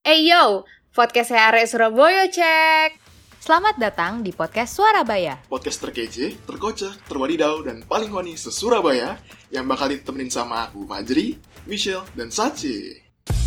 Yo, podcast Arek Surabaya cek. Selamat datang di podcast Suarabaya. Podcast terkece, terkocak, terwadidaw, dan paling wani se-Surabaya yang bakal ditemenin sama aku, Fajri, Michelle, dan Sachi.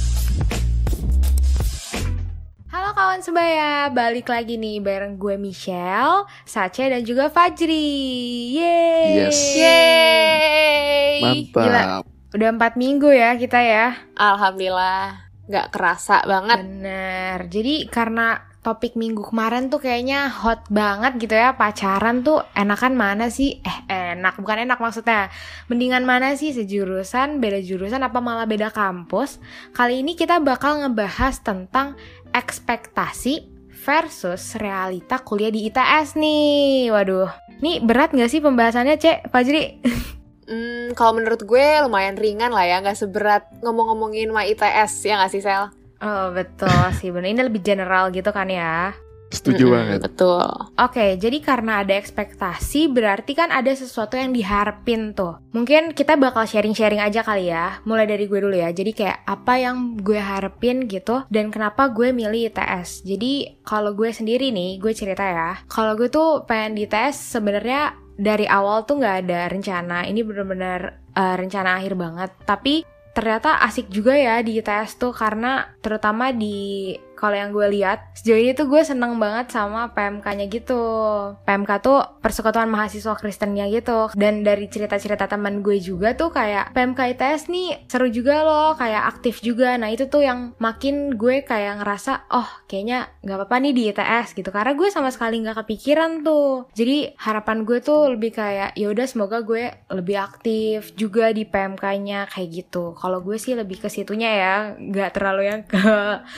Halo kawan sebaya, balik lagi nih bareng gue Michelle, Sache dan juga Fajri. Yeay. Yes. Yeay. Mantap. Gila, udah 4 minggu ya kita ya. Alhamdulillah, gak kerasa banget. Bener, jadi karena topik minggu kemarin tuh kayaknya hot banget gitu ya. Pacaran tuh enakan mana sih? Bukan enak maksudnya. Mendingan mana sih, sejurusan, beda jurusan, apa malah beda kampus? Kali ini kita bakal ngebahas tentang ekspektasi versus realita kuliah di ITS nih. Waduh, nih berat gak sih pembahasannya, Cek, Fajri? Kalau menurut gue lumayan ringan lah ya, gak seberat ngomong-ngomongin ITS, ya gak sih Sel? Oh betul sih, bener. Ini lebih general gitu kan ya. Setuju banget. Betul. Oke, jadi karena ada ekspektasi berarti kan ada sesuatu yang diharapin tuh. Mungkin kita bakal sharing-sharing aja kali ya. Mulai dari gue dulu ya. Jadi kayak apa yang gue harapin gitu dan kenapa gue milih ITS. Jadi kalau gue sendiri nih, gue cerita ya. Kalau gue tuh pengen di ITS sebenarnya dari awal tuh nggak ada rencana. Ini benar-benar rencana akhir banget. Tapi ternyata asik juga ya di ITS tuh, karena terutama di kalau yang gue lihat sejauh ini tuh gue seneng banget sama PMK-nya gitu. PMK tuh Persekutuan Mahasiswa Kristennya gitu. Dan dari cerita-cerita teman gue juga tuh kayak PMK ITS nih seru juga loh, kayak aktif juga. Nah itu tuh yang makin gue kayak ngerasa oh kayaknya gak apa-apa nih di ITS gitu, karena gue sama sekali gak kepikiran tuh. Jadi harapan gue tuh lebih kayak yaudah semoga gue lebih aktif juga di PMK-nya kayak gitu. Kalau gue sih lebih ke situnya ya, gak terlalu yang ke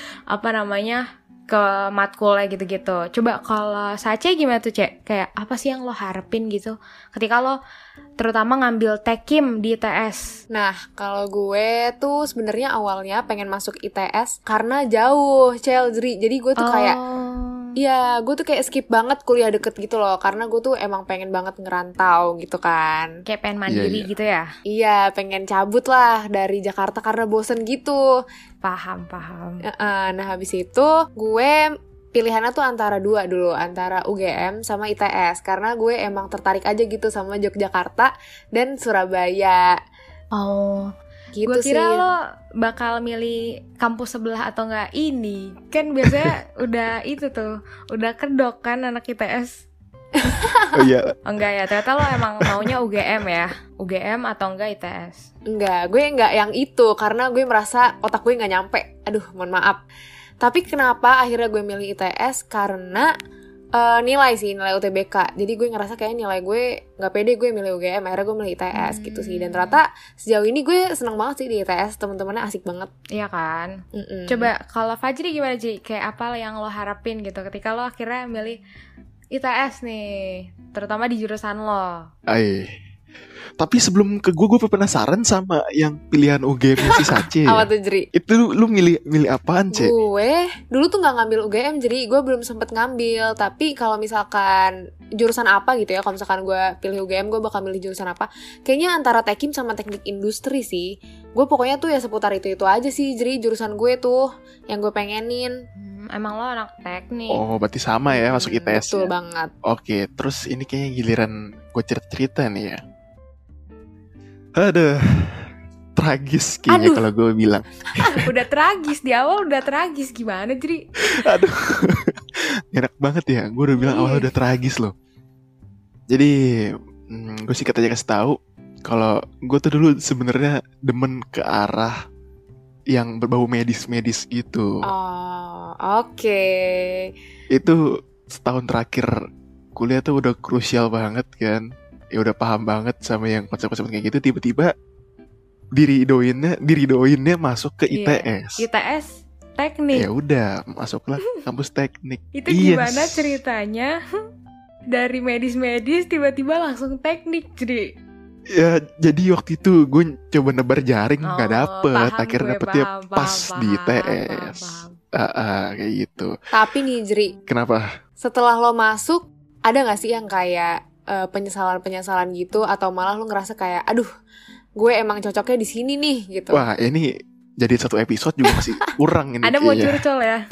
ke matkulnya gitu-gitu. Coba kalau Sace gimana tuh, Cek? Kayak apa sih yang lo harapin gitu ketika lo terutama ngambil Tekim di ITS? Nah, kalau gue tuh sebenarnya awalnya pengen masuk ITS karena jauh, Celdri. Jadi gue tuh kayak iya, gue tuh kayak skip banget kuliah deket gitu loh. Karena gue tuh emang pengen banget ngerantau gitu kan. Kayak pengen mandiri gitu ya? Iya, pengen cabut lah dari Jakarta karena bosen gitu. Paham. Nah, habis itu gue pilihannya tuh antara dua dulu. Antara UGM sama ITS. Karena gue emang tertarik aja gitu sama Yogyakarta dan Surabaya. Oh, gitu gue kira sih. lo bakal milih kampus sebelah atau enggak ini. Kan biasanya udah itu tuh, udah kedok kan anak ITS. Oh iya. Enggak ya, ternyata lo emang maunya UGM ya. UGM atau enggak ITS? Enggak, gue enggak yang itu. Karena gue merasa otak gue gak nyampe. Aduh, mohon maaf. Tapi kenapa akhirnya gue milih ITS? Karena nilai UTBK. Jadi gue ngerasa kayak nilai gue gak pede gue milih UGM, akhirnya gue milih ITS gitu sih. Dan ternyata sejauh ini gue seneng banget sih di ITS, teman-temannya asik banget. Iya kan? Coba kalau Fajri gimana, Ji? Kayak apa yang lo harapin gitu ketika lo akhirnya milih ITS nih, terutama di jurusan lo? Tapi sebelum ke gue penasaran sama yang pilihan UGM si Sachi. Apa tuh, Jeri? Itu lu milih apaan, Cek? Gue dulu tuh gak ngambil UGM, jadi gue belum sempet ngambil. Tapi kalau misalkan jurusan apa gitu ya, kalau misalkan gue pilih UGM, gue bakal milih jurusan apa? Kayaknya antara Tekim sama Teknik Industri sih. Gue pokoknya tuh ya seputar itu aja sih, Jeri, jurusan gue tuh yang gue pengenin. Emang lo anak teknik? Oh, berarti sama ya masuk ITS. Betul ya? banget. Oke, terus ini kayaknya giliran gue cerita nih ya. Aduh, tragis kayaknya kalau gue bilang. Udah tragis, di awal udah tragis. Gimana, Jri? Aduh, enak banget ya. Gue udah bilang awal udah tragis loh. Jadi, gue singkat aja kasih tahu kalau gue tuh dulu sebenarnya demen ke arah yang berbau medis gitu. Oh, oke. Itu setahun terakhir kuliah tuh udah krusial banget kan. Ya udah paham banget sama yang konsep-konsep kayak gitu, tiba-tiba diridoinnya masuk ke ITS. ITS teknik. Ya udah, masuklah kampus teknik. Itu gimana ceritanya? Dari medis-medis tiba-tiba langsung teknik, jadi. Ya, jadi waktu itu gue coba nebar jaring nggak dapet, akhirnya dapetnya pas di ITS. Kayak gitu. Tapi nih, Jeri. Kenapa? Setelah lo masuk, ada nggak sih yang kayak penyesalan gitu, atau malah lo ngerasa kayak aduh gue emang cocoknya di sini nih gitu? Wah, ini jadi satu episode juga masih kurang ini. Ada mau curcol ya?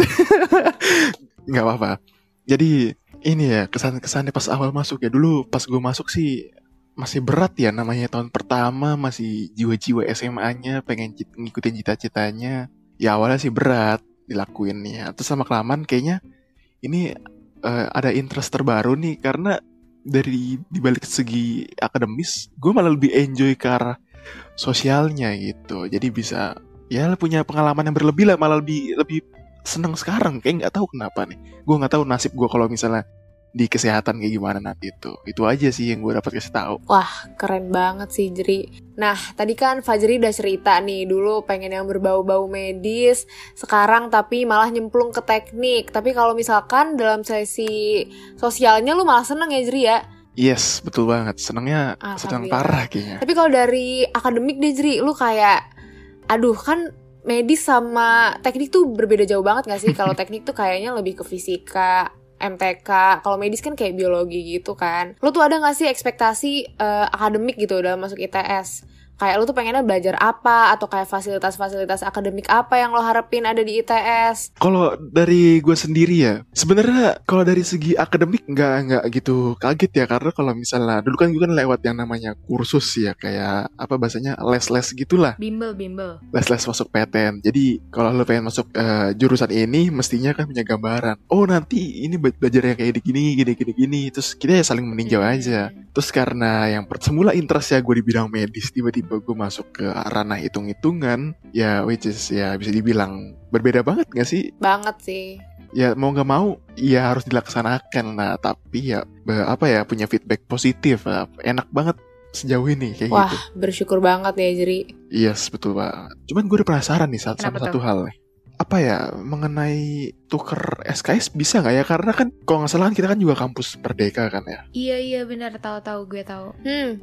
Nggak apa-apa. Jadi ini ya kesan-kesannya pas awal masuk ya. Dulu pas gue masuk sih masih berat ya, namanya tahun pertama, masih jiwa-jiwa SMA-nya pengen ngikutin cita-citanya. Ya awalnya sih berat dilakuinnya. Terus sama kelamaan kayaknya ini ada interest terbaru nih, karena dari dibalik segi akademis gue malah lebih enjoy ke arah sosialnya gitu. Jadi bisa ya punya pengalaman yang berlebih lah, malah lebih seneng sekarang. Kayak nggak tahu kenapa nih. Gue nggak tahu nasib gue kalau misalnya di kesehatan kayak gimana nanti itu. Itu aja sih yang gue dapat kasih tahu. Wah, keren banget sih Jeri. Nah, tadi kan Fajri udah cerita nih, dulu pengen yang berbau-bau medis, sekarang tapi malah nyemplung ke teknik. Tapi kalau misalkan dalam sesi sosialnya lu malah seneng ya Jeri ya? Yes, betul banget. Seneng parah kayaknya. Tapi kalau dari akademik deh Jeri, lu kayak, aduh kan medis sama teknik tuh berbeda jauh banget gak sih? Kalau teknik tuh kayaknya lebih ke fisika, MTK, kalau medis kan kayak biologi gitu kan. Lo tuh ada gak sih ekspektasi akademik gitu dalam masuk ITS? Kayak lo tuh pengennya belajar apa, atau kayak fasilitas-fasilitas akademik apa yang lo harapin ada di ITS? Kalau dari gue sendiri ya, sebenarnya kalau dari segi akademik nggak gitu kaget ya, karena kalau misalnya dulu kan gue kan lewat yang namanya kursus ya, kayak apa bahasanya, les-les gitulah. Bimbel. Les-les masuk PTN. Jadi kalau lo pengen masuk jurusan ini, mestinya kan punya gambaran. Oh nanti ini belajar yang kayak gini. Terus kita ya saling meninjau aja. Terus karena yang semula interest ya gue di bidang medis, tiba-tiba gue masuk ke ranah hitung-hitungan, ya which is ya bisa dibilang berbeda banget gak sih? Banget sih. Ya mau gak mau ya harus dilaksanakan lah. Tapi ya punya feedback positif lah. Enak banget sejauh ini kayak Wah, gitu. bersyukur banget ya Jeri. Yes, betul banget. Cuman gue udah penasaran nih sama satu hal nih. Apa ya, mengenai tuker SKS bisa gak ya? Karena kan kalau gak salah kita kan juga kampus Merdeka kan ya. Iya benar, tahu gue tahu.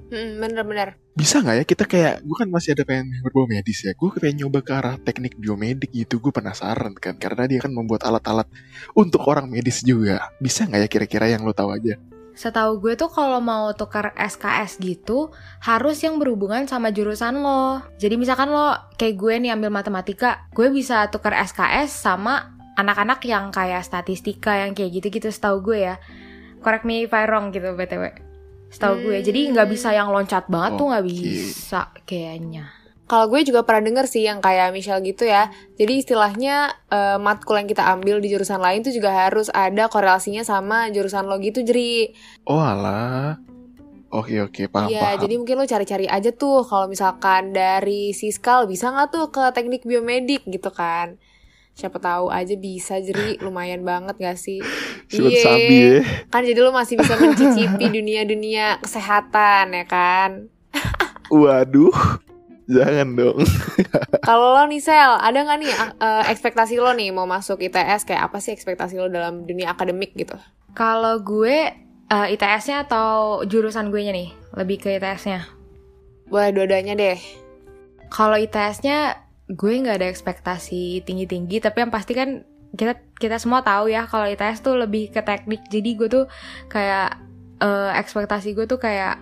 Bener. Bisa gak ya kita kayak, gue kan masih ada pengen berbau medis ya, gue pengen nyoba ke arah teknik biomedik gitu. Gue penasaran kan, karena dia kan membuat alat-alat untuk orang medis juga. Bisa gak ya kira-kira yang lo tahu aja? Setahu gue tuh kalau mau tukar SKS gitu harus yang berhubungan sama jurusan lo. Jadi misalkan lo kayak gue nih ambil matematika, gue bisa tukar SKS sama anak-anak yang kayak statistika yang kayak gitu-gitu setahu gue ya. Correct me if I wrong gitu BTW. Setahu gue. Jadi nggak bisa yang loncat banget tuh nggak bisa kayaknya. Kalau gue juga pernah denger sih yang kayak Michelle gitu ya. Jadi istilahnya matkul yang kita ambil di jurusan lain tuh juga harus ada korelasinya sama jurusan lo gitu, Jeri. Oh alah. Oke, paham. Iya, jadi mungkin lo cari-cari aja tuh kalau misalkan dari Siskal bisa nggak tuh ke teknik biomedik gitu kan. Siapa tahu aja bisa, Jeri. Lumayan banget gak sih? Iya. Kan jadi lo masih bisa mencicipi dunia-dunia kesehatan ya kan. Waduh. Jangan dong. Kalau lo nih Sel, ada gak nih ekspektasi lo nih mau masuk ITS? Kayak apa sih ekspektasi lo dalam dunia akademik gitu? Kalau gue ITS-nya atau jurusan gue nya nih? Lebih ke ITS-nya. Boleh dua-duanya deh. Kalau ITS-nya gue gak ada ekspektasi tinggi-tinggi, tapi yang pasti kan kita semua tahu ya kalau ITS tuh lebih ke teknik. Jadi gue tuh kayak ekspektasi gue tuh kayak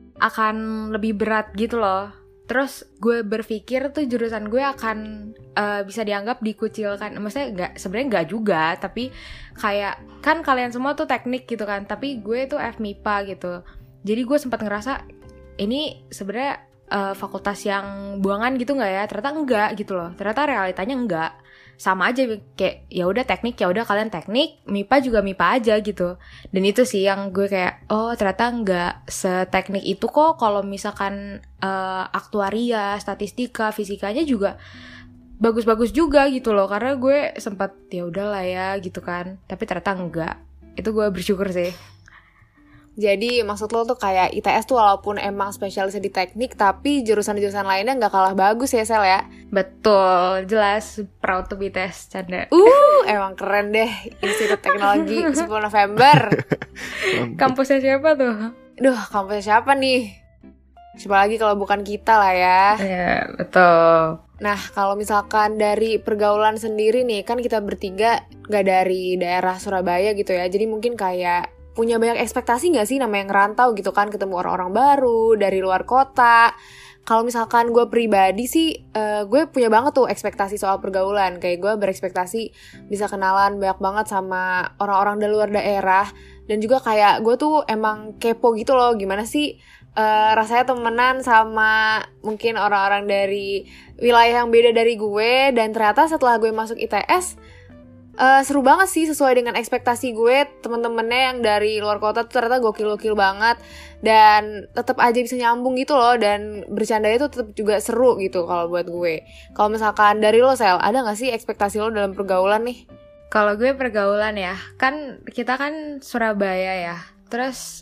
akan lebih berat gitu loh. Terus gue berpikir tuh jurusan gue akan bisa dianggap dikucilkan. Maksudnya sebenarnya nggak juga, tapi kayak kan kalian semua tuh teknik gitu kan. Tapi gue tuh FMIPA gitu. Jadi gue sempat ngerasa ini sebenarnya fakultas yang buangan gitu nggak ya? Ternyata enggak gitu loh. Ternyata realitanya enggak. Sama aja kayak ya udah teknik, ya udah kalian teknik, MIPA juga MIPA aja gitu. Dan itu sih yang gue kayak ternyata nggak seteknik itu kok. Kalau misalkan aktuaria, statistika, fisikanya juga bagus-bagus juga gitu loh. Karena gue sempat ya udahlah ya gitu kan. Tapi ternyata enggak. Itu gue bersyukur sih. Jadi maksud lo tuh kayak ITS tuh walaupun emang spesialisnya di teknik, tapi jurusan-jurusan lainnya gak kalah bagus ya Sel ya? Betul, jelas proud to be ITS, canda. Emang keren deh, Institut Teknologi 10 November. Kampusnya siapa tuh? Kampusnya siapa nih? Siapa lagi kalau bukan kita lah ya. Iya, betul. Nah, kalau misalkan dari pergaulan sendiri nih, kan kita bertiga gak dari daerah Surabaya gitu ya, jadi mungkin kayak punya banyak ekspektasi gak sih namanya ngerantau gitu kan, ketemu orang-orang baru dari luar kota. Kalau misalkan gue pribadi sih, gue punya banget tuh ekspektasi soal pergaulan. Kayak gue berekspektasi bisa kenalan banyak banget sama orang-orang dari luar daerah. Dan juga kayak gue tuh emang kepo gitu loh, gimana sih rasanya temenan sama mungkin orang-orang dari wilayah yang beda dari gue. Dan ternyata setelah gue masuk ITS, seru banget sih, sesuai dengan ekspektasi gue. Temen-temennya yang dari luar kota tuh ternyata gokil-gokil banget, dan tetap aja bisa nyambung gitu loh, dan bercandanya tuh tetap juga seru gitu kalau buat gue. Kalau misalkan dari lo, Sel, ada gak sih ekspektasi lo dalam pergaulan nih? Kalau gue pergaulan ya, kan kita kan Surabaya ya. Terus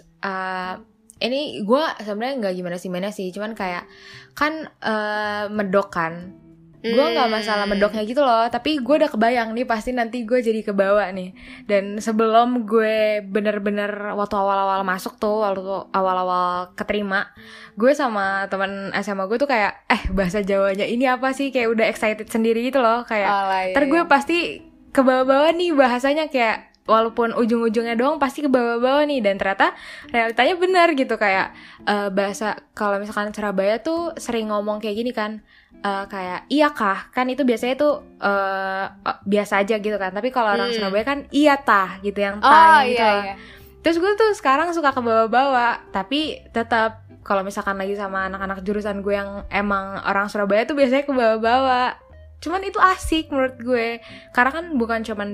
ini gue sebenarnya nggak gimana sih, cuman kayak kan medok kan. Gue nggak masalah medoknya gitu loh, tapi gue udah kebayang nih pasti nanti gue jadi kebawa nih. Dan sebelum gue bener-bener waktu awal-awal masuk tuh, waktu awal-awal keterima, gue sama teman SMA gue tuh kayak bahasa Jawanya ini apa sih, kayak udah excited sendiri gitu loh, kayak ntar gue pasti kebawa-bawa nih bahasanya, kayak walaupun ujung-ujungnya doang pasti kebawa-bawa nih. Dan ternyata realitanya benar gitu, kayak bahasa kalau misalkan Surabaya tuh sering ngomong kayak gini kan, kayak iya kah, kan itu biasanya tuh biasa aja gitu kan. Tapi kalau orang Surabaya kan iya tah gitu, yang tah gitu iya, lah. iya. Terus gue tuh sekarang suka kebawa-bawa, tapi tetap kalau misalkan lagi sama anak-anak jurusan gue yang emang orang Surabaya tuh biasanya kebawa-bawa. Cuman itu asik menurut gue, karena kan bukan cuman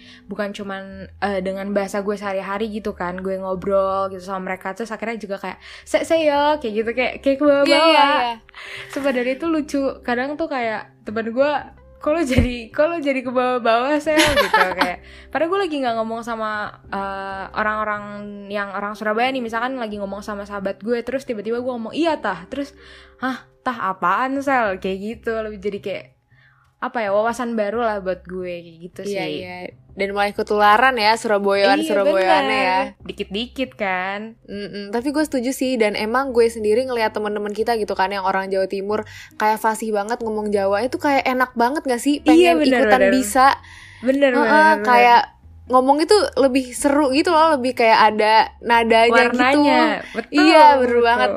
dengan bahasa gue sehari-hari gitu kan, gue ngobrol gitu sama mereka, terus akhirnya juga kayak saya kayak gitu, kayak kebawa-bawa. Yeah. Sebab dari itu lucu, kadang tuh kayak teman gue, kalau jadi kebawa-bawa saya gitu, kayak padahal gue lagi nggak ngomong sama orang-orang yang orang Surabaya nih, misalkan lagi ngomong sama sahabat gue, terus tiba-tiba gue ngomong iya tah, terus tah apaan Sel, kayak gitu. Lebih jadi kayak apa ya, wawasan baru lah buat gue kayak gitu sih. Iya. Dan mulai ketularan ya Surabayaan-Surabayaannya ya. Dikit-dikit kan. Tapi gue setuju sih, dan emang gue sendiri ngelihat teman-teman kita gitu kan yang orang Jawa Timur kayak fasih banget ngomong Jawa, itu kayak enak banget gak sih? Pengen ikutan bisa. Bener. Kayak ngomong itu lebih seru gitu loh, lebih kayak ada nadanya warnanya, gitu. Betul. Iya, bener banget.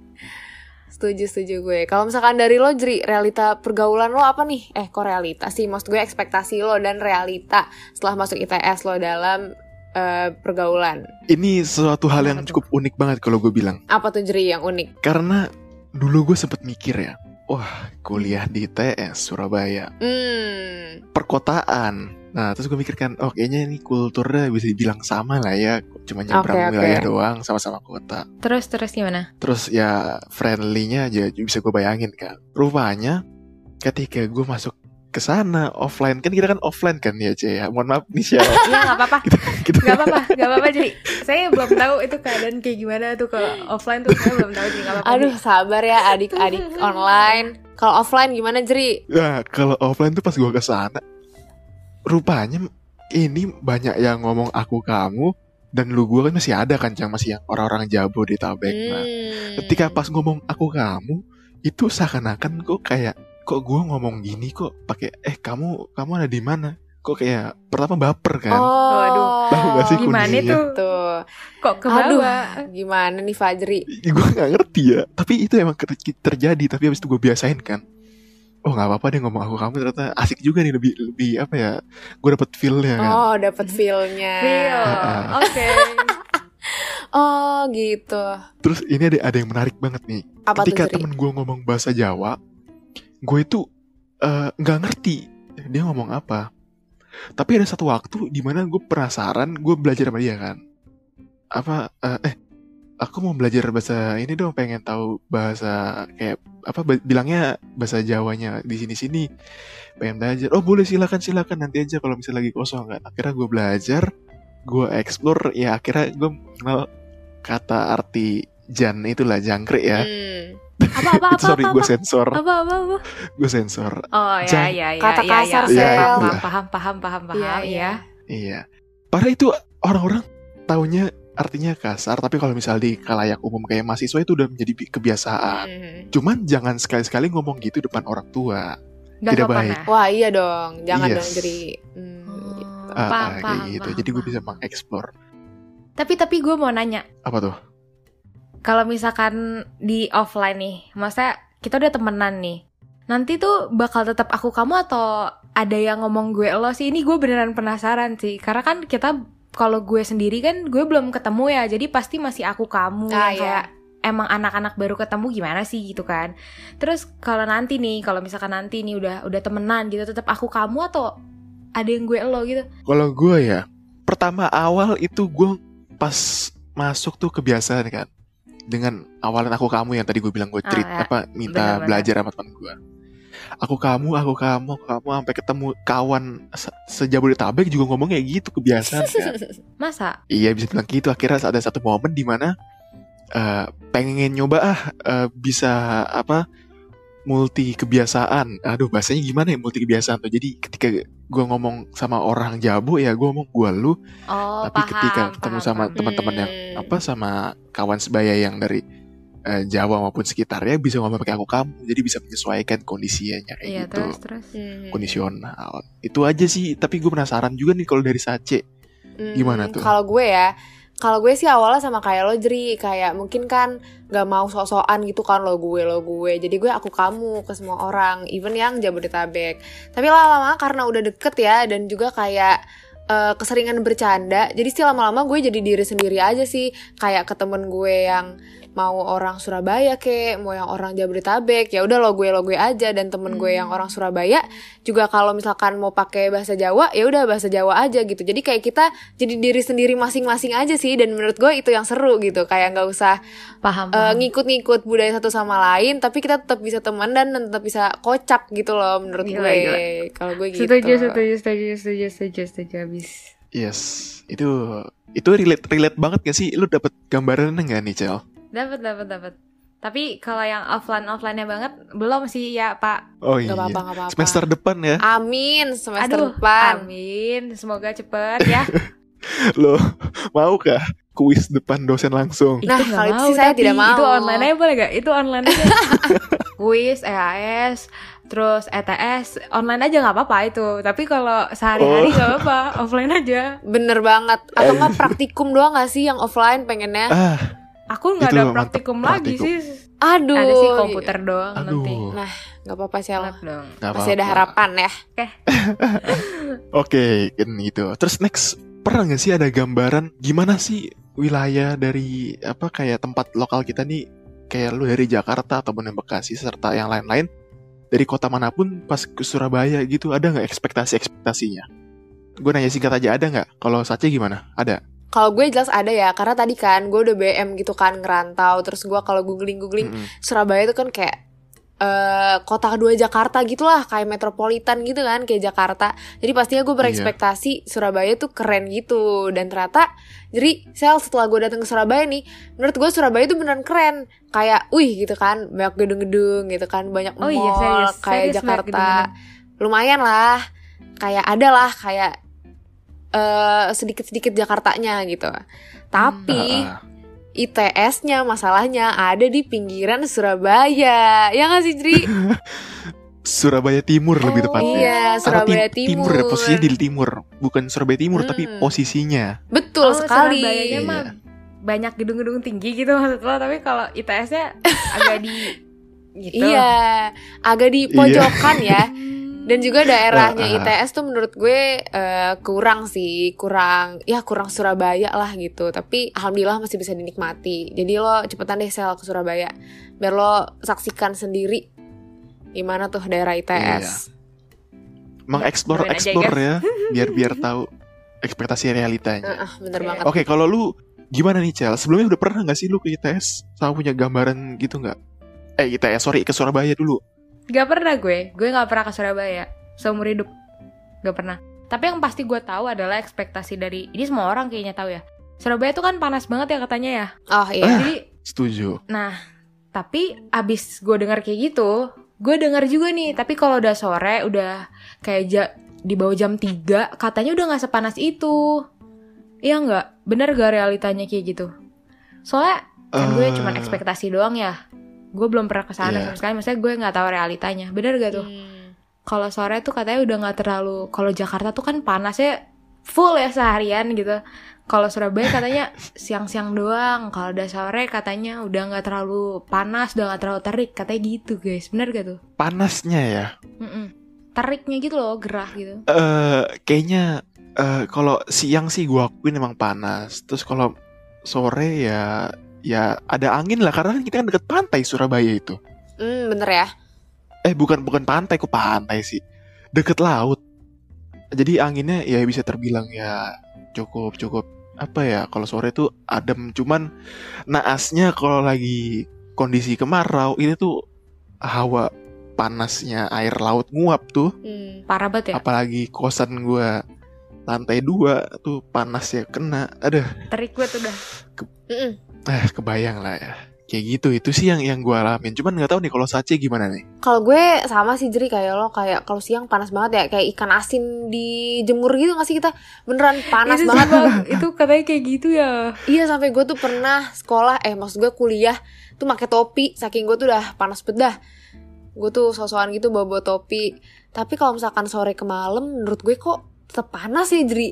Setuju gue. Kalau misalkan dari lo, Jri, realita pergaulan lo apa nih? Kok realita sih? Maksud gue ekspektasi lo dan realita setelah masuk ITS lo dalam pergaulan. Ini suatu hal yang cukup unik banget kalau gue bilang. Apa tuh, Jri, yang unik? Karena dulu gue sempet mikir ya, wah kuliah di ITS Surabaya, perkotaan. Nah terus gue mikirkan, kayaknya ini kulturnya bisa dibilang sama lah ya, cuma nyebrang wilayah doang, sama-sama kota. Terus gimana? Terus ya friendly-nya aja bisa gue bayangin kan. Rupanya ketika gue masuk ke sana offline, kan kita kan offline kan ya Cie ya. Mohon maaf nih Cia. Iya nggak apa-apa. Nggak apa-apa jadi. Saya belum tahu itu keadaan kayak gimana tuh kalau offline tuh, saya belum tahu jadi nggak apa-apa. Aduh sabar ya adik-adik online. Kalau offline gimana, Jri? Nah kalau offline tuh pas gue ke sana, rupanya ini banyak yang ngomong aku kamu, dan lu gue kan masih ada kan yang masih yang orang-orang Jabodetabek. Nah ketika pas ngomong aku kamu, itu seakan-akan kok gue ngomong gini kok pakai kamu ada di mana? Kok kayak pertama baper kan? Waduh. Tahu gak sih gimana kondisinya? Tuh. Kok ke bawah? Gimana nih Fajri? Gue gak ngerti ya. Tapi itu emang terjadi. Tapi habis itu gue biasain kan. Oh gak apa-apa deh ngomong aku kamu, ternyata asik juga nih, lebih apa ya? Gue dapet feel-nya kan. Oh dapet feel-nya. Oke. Oh gitu. Terus ini ada yang menarik banget nih. Apa ketika tuh, Jri? temen gue ngomong bahasa Jawa, gue itu gak ngerti dia ngomong apa. Tapi ada satu waktu di mana gue penasaran, gue belajar sama dia kan. Aku mau belajar bahasa ini dong, pengen tahu bahasa kayak apa bilangnya bahasa Jawanya di sini. Pengen belajar. Oh boleh, silakan nanti aja kalau misalnya lagi kosong kan. Akhirnya gue belajar, gue explore, ya akhirnya gue kenal kata arti jan itulah, jangkrik ya. Apa? Sorry, gue sensor. Apa? Gue sensor. Oh ya. Kata kasar, Sel. Paham. Iya. Iya. Padahal itu orang-orang taunya artinya kasar, tapi kalau misalnya di khalayak umum kayak mahasiswa itu udah menjadi kebiasaan. Cuman jangan sekali-sekali ngomong gitu depan orang tua. Tidak baik. Wah iya dong, jangan Yes. dong, Jri. Kayak gitu. Jadi gue bisa mengeksplor. Tapi gue mau nanya. Apa tuh? Kalau misalkan di offline nih, maksudnya kita udah temenan nih, nanti tuh bakal tetap aku kamu atau ada yang ngomong gue lo sih? Ini gue beneran penasaran sih, karena kan kita kalau gue sendiri kan gue belum ketemu ya, jadi pasti masih aku kamu yang kayak emang anak-anak baru ketemu gimana sih gitu kan. Terus kalau nanti nih, kalau misalkan nanti nih udah temenan gitu, tetap aku kamu atau ada yang gue lo gitu? Kalau gue ya, pertama awal itu gue pas masuk tuh kebiasaan kan, dengan awalan aku kamu yang tadi gue bilang gue treat minta bener-bener belajar sama teman gue. Aku kamu sampai ketemu kawan sejabodetabek juga ngomong kayak gitu, kebiasaan kan. Masa? Iya bisa bilang gitu. Akhirnya ada satu momen di mana pengen nyoba bisa multi kebiasaan. Aduh bahasanya gimana ya, multi kebiasaan tuh. Jadi ketika gue ngomong sama orang Jabo ya gue ngomong gue lu. Tapi ketika ketemu sama teman-teman yang sama kawan sebaya yang dari Jawa maupun sekitarnya bisa ngomong pakai aku kamu. Jadi bisa menyesuaikan kondisinya kayak gitu. Terus. Kondisional. Itu aja sih. Tapi gue penasaran juga nih kalau dari Sace gimana tuh? Kalau gue sih awalnya sama kayak lo, Jeri, kayak mungkin kan gak mau sok-sokan gitu kan, lo gue. Jadi gue aku kamu ke semua orang, even yang Jabodetabek. Tapi lama-lama karena udah deket ya, dan juga kayak keseringan bercanda, jadi sih lama-lama gue jadi diri sendiri aja sih. Kayak ke temen gue yang mau orang Surabaya mau yang orang Jabodetabek, ya udah lo gue aja. Dan temen gue yang orang Surabaya juga kalau misalkan mau pakai bahasa Jawa, ya udah bahasa Jawa aja gitu. Jadi kayak kita jadi diri sendiri masing-masing aja sih. Dan menurut gue itu yang seru gitu, kayak nggak usah paham. ngikut-ngikut budaya satu sama lain, tapi kita tetap bisa teman dan tetap bisa kocak gitu loh menurut gue. Kalau gue gitu. Setuju habis. Yes, itu relate banget gak sih? Lu dapet gambarannya nggak nih, Cel? Dapat. Tapi kalau yang offline-nya banget belum sih ya, Pak. Oh iya. Gak apa-apa. Semester depan ya. Amin, semester depan. Amin, semoga cepet ya. Lo maukah kuis depan dosen langsung? Nah, kalau itu sih saya tidak mau. Itu online aja boleh gak? Itu online aja. Kuis, EAS, terus ETS, online aja gak apa-apa itu. Tapi kalau sehari-hari gak apa-apa, offline aja. Bener banget. Atau gak praktikum doang gak sih yang offline pengennya? Aku gak ada praktikum lagi sih. Aduh. Ada sih komputer doang nanti. Nah, gak apa-apa sih lah. Masih ada harapan ya. Oke, kan gitu. Terus next, pernah gak sih ada gambaran gimana sih wilayah dari kayak tempat lokal kita nih, kayak lu dari Jakarta ataupun yang Bekasi serta yang lain-lain, dari kota manapun pas ke Surabaya gitu, ada gak ekspektasinya? Gue nanya singkat aja, ada gak? Kalau Sace gimana? Ada? Kalau gue jelas ada ya, karena tadi kan gue udah BM gitu kan, ngerantau. Terus gue kalau googling Surabaya itu kan kayak kota kedua Jakarta gitulah, kayak metropolitan gitu kan, kayak Jakarta. Jadi pastinya gue berekspektasi Surabaya tuh keren gitu. Dan ternyata, jadi setelah gue datang ke Surabaya nih, menurut gue Surabaya tuh beneran keren. Kayak, gitu kan, banyak gedung-gedung gitu kan, banyak mall, kayak Jakarta. Lumayan lah, kayak ada lah, kayak sedikit-sedikit Jakartanya gitu. Tapi ITS-nya masalahnya ada di pinggiran Surabaya. Ya nggak sih, Jri? Surabaya Timur lebih tepatnya. Iya, Surabaya Timur. Posisinya di timur, bukan Surabaya Timur tapi posisinya. Betul sekali. Surabayanya mah banyak gedung-gedung tinggi gitu maksud lo, tapi kalau ITS-nya agak di gitu. Iya, agak di pojokan ya. Dan juga daerahnya ITS tuh menurut gue kurang Surabaya lah gitu. Tapi alhamdulillah masih bisa dinikmati. Jadi lo cepetan deh ke Surabaya, biar lo saksikan sendiri gimana tuh daerah ITS. Mengeksplor ya, biar tahu ekspektasi realitanya. Bener banget. Oke, kalau lu gimana nih, Cel? Sebelumnya udah pernah gak sih lu ke ITS? Sama punya gambaran gitu gak? Ke Surabaya dulu. Gak pernah gue gak pernah ke Surabaya seumur hidup, gak pernah. Tapi yang pasti gue tahu adalah ekspektasi dari, ini semua orang kayaknya tahu ya, Surabaya tuh kan panas banget ya katanya ya. Oh iya. Jadi setuju. Nah, tapi abis gue dengar kayak gitu, gue dengar juga nih, tapi kalau udah sore, udah kayak di bawah jam 3, katanya udah gak sepanas itu. Iya gak? Bener gak realitanya kayak gitu? Soalnya kan gue cuma ekspektasi doang ya. Gue belum pernah kesana sama sekali, maksudnya gue nggak tahu realitanya. Bener gak tuh? Kalau sore tuh katanya udah nggak terlalu. Kalau Jakarta tuh kan panasnya full ya seharian gitu. Kalau Surabaya katanya siang-siang doang. Kalau udah sore katanya udah nggak terlalu panas, udah nggak terlalu terik. Katanya gitu guys, bener gak tuh? Panasnya ya. Teriknya gitu loh, gerah gitu. Kayaknya kalau siang sih gue akuin emang panas. Terus kalau sore ya ada angin lah, karena kan kita kan deket pantai Surabaya itu. Bener ya. Bukan pantai, kok pantai sih. Deket laut. Jadi anginnya ya bisa terbilang ya cukup apa ya, kalau sore tuh adem. Cuman naasnya kalau lagi kondisi kemarau ini tuh hawa panasnya air laut nguap tuh. Parah banget ya. Apalagi kosan gue lantai 2 tuh panasnya kena. Aduh. Terik banget udah. Kebayang lah ya. Kayak gitu, itu sih yang gue alamin. Cuman nggak tahu nih kalau Sace gimana nih. Kalau gue sama sih Jeri kayak lo, kayak kalau siang panas banget ya, kayak ikan asin dijemur gitu nggak sih kita, beneran panas itu banget. Itu katanya kayak gitu ya. Iya, sampai gue tuh pernah sekolah, maksud gue kuliah tuh pakai topi, saking gue tuh udah panas bedah. Gue tuh so-soan gitu bawa topi. Tapi kalau misalkan sore ke malam, menurut gue kok tetap panas ya Jeri.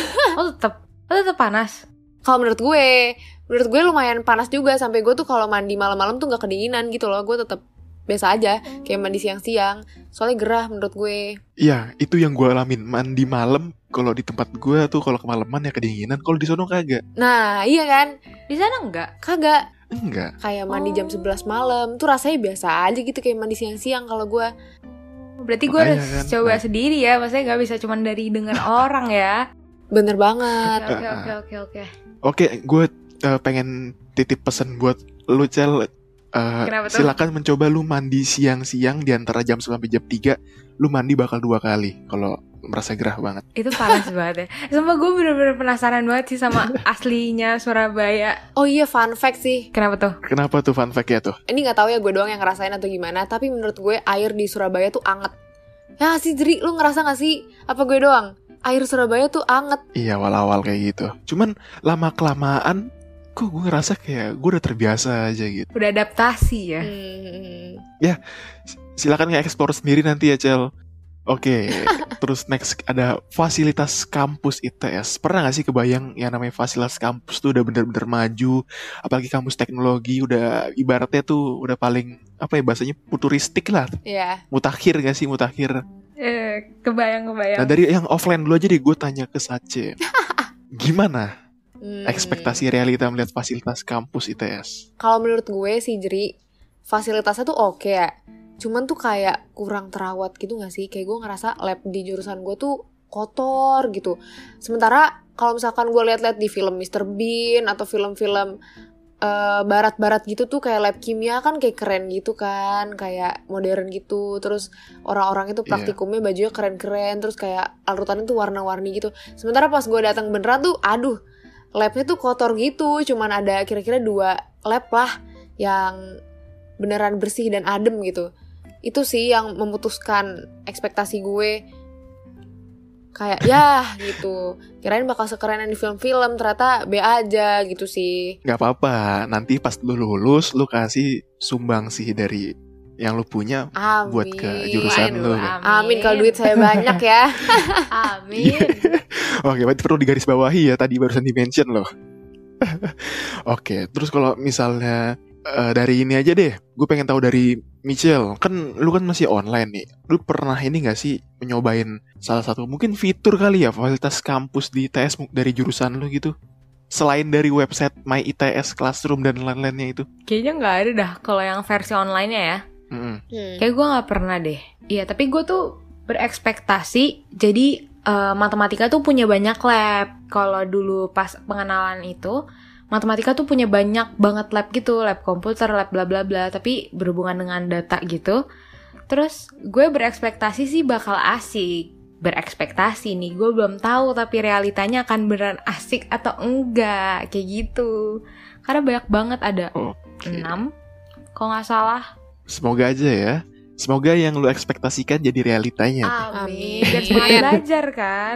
tetap panas. Kalau menurut gue lumayan panas juga. Sampai gue tuh kalau mandi malam-malam tuh nggak kedinginan gitu loh. Gue tetap biasa aja, kayak mandi siang-siang. Soalnya gerah menurut gue. Iya, itu yang gue alamin. Mandi malam kalau di tempat gue tuh kalau kemalaman ya kedinginan. Kalau di sono kagak. Nah iya kan. Di sana enggak? Kagak. Enggak. Kayak mandi jam 11 malam tuh rasanya biasa aja gitu, kayak mandi siang-siang kalau gue. Berarti gue harus coba sendiri ya. Maksudnya gak bisa cuma dari dengar orang ya. Bener banget. Oke. Oke, gue pengen titip pesan buat lu, Cel. Silakan mencoba lu mandi siang-siang di antara jam 9 sampai jam 3. Lu mandi bakal 2 kali kalau merasa gerah banget. Itu panas banget ya. Sumpah gue bener-bener penasaran banget sih sama aslinya Surabaya. Oh iya, fun fact sih. Kenapa tuh fun fact-nya tuh? Ini gak tahu ya gue doang yang ngerasain atau gimana, tapi menurut gue air di Surabaya tuh anget. Ya sih Jeri, lu ngerasa gak sih? Apa gue doang? Air Surabaya tuh anget. Iya, awal-awal kayak gitu. Cuman lama-kelamaan kok gue ngerasa kayak gue udah terbiasa aja gitu. Udah adaptasi ya. Ya, silakan nge-explore sendiri nanti ya, Cel. Oke, terus next ada fasilitas kampus ITS. Pernah gak sih kebayang yang namanya fasilitas kampus tuh udah bener-bener maju? Apalagi kampus teknologi udah ibaratnya tuh udah paling, apa ya bahasanya, futuristik lah. Iya. Mutakhir gak sih, mutakhir? Kebayang. Nah dari yang offline dulu aja deh, gue tanya ke Sace. Gimana ekspektasi realita melihat fasilitas kampus ITS? Kalau menurut gue sih Jeri, fasilitasnya tuh oke ya. Cuman tuh kayak kurang terawat gitu gak sih? Kayak gue ngerasa lab di jurusan gue tuh kotor gitu. Sementara kalau misalkan gue lihat-lihat di film Mr. Bean atau film-film barat-barat gitu tuh, kayak lab kimia kan kayak keren gitu kan, kayak modern gitu. Terus orang-orang itu praktikumnya bajunya keren-keren, terus kayak alutannya tuh warna-warni gitu. Sementara pas gue datang beneran tuh, aduh, labnya tuh kotor gitu. Cuman ada kira-kira 2 lab lah yang beneran bersih dan adem gitu. Itu sih yang memutuskan ekspektasi gue. Kayak ya gitu, kirain bakal sekerenan di film-film, ternyata B aja gitu sih. Gak apa-apa, nanti pas lu lulus lu kasih sumbang sih dari yang lu punya. Amin. Buat ke jurusan lu. Amin kalau duit saya banyak ya. Amin. Oke, berarti perlu digarisbawahi ya, tadi barusan di-mention loh. Oke, terus kalau misalnya dari ini aja deh, gue pengen tahu dari Michelle. Kan lu kan masih online nih. Lu pernah ini gak sih nyobain salah satu mungkin fitur kali ya fasilitas kampus di ITS dari jurusan lu gitu? Selain dari website My ITS Classroom dan lain-lainnya itu. Kayaknya gak ada dah kalau yang versi online-nya ya. Kayak gue gak pernah deh. Iya, tapi gue tuh berekspektasi. Jadi matematika tuh punya banyak lab. Kalau dulu pas pengenalan itu, matematika tuh punya banyak banget lab gitu, lab komputer, lab bla bla bla, tapi berhubungan dengan data gitu. Terus gue berekspektasi sih bakal asik. Berekspektasi nih, gue belum tahu tapi realitanya akan beneran asik atau enggak, kayak gitu. Karena banyak banget, ada 6 kalau nggak salah. Semoga aja ya. Semoga yang lu ekspektasikan jadi realitanya. Amin. Dan semangat belajar kan.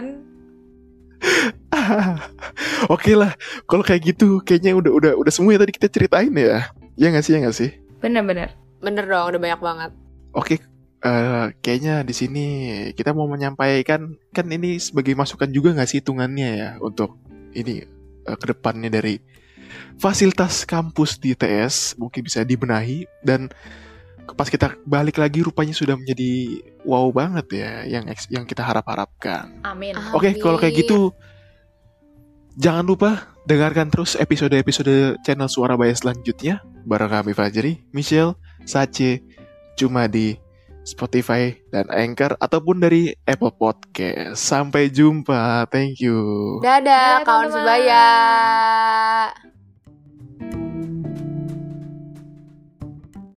Oke lah, kalau kayak gitu kayaknya udah semua ya tadi kita ceritain ya. Ya nggak sih, Bener. Bener dong, udah banyak banget. Oke, kayaknya di sini kita mau menyampaikan, kan ini sebagai masukan juga nggak sih hitungannya ya untuk ini kedepannya dari fasilitas kampus di ITS mungkin bisa dibenahi, dan pas kita balik lagi rupanya sudah menjadi wow banget ya yang kita harapkan. Amin. Oke, kalau kayak gitu jangan lupa dengarkan terus episode-episode channel Suara Bayar selanjutnya bareng kami Fajri, Michelle, Sace, cuma di Spotify dan Anchor ataupun dari Apple Podcast. Sampai jumpa. Thank you. Dadah, Dadah, kawan teman-teman. sebaya.